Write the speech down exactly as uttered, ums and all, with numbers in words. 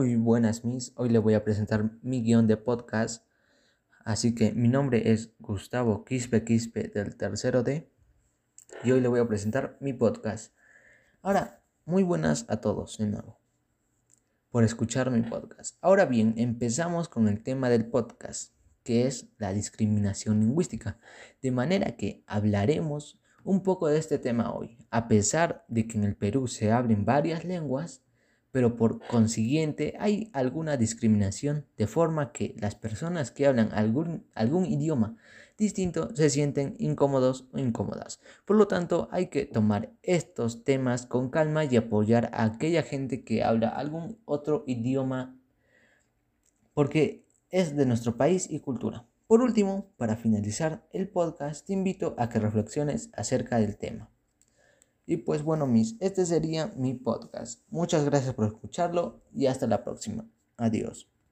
Muy buenas, mis. Hoy le voy a presentar mi guión de podcast. Así que mi nombre es Gustavo Quispe Quispe del tercero D y hoy le voy a presentar mi podcast. Ahora, muy buenas a todos de nuevo por escuchar mi podcast. Ahora bien, empezamos con el tema del podcast, que es la discriminación lingüística. De manera que hablaremos un poco de este tema hoy, a pesar de que en el Perú se hablen varias lenguas, pero por consiguiente hay alguna discriminación, de forma que las personas que hablan algún, algún idioma distinto se sienten incómodos o incómodas. Por lo tanto, hay que tomar estos temas con calma y apoyar a aquella gente que habla algún otro idioma porque es de nuestro país y cultura. Por último, para finalizar el podcast, te invito a que reflexiones acerca del tema. Y pues bueno, mis, este sería mi podcast. Muchas gracias por escucharlo y hasta la próxima. Adiós.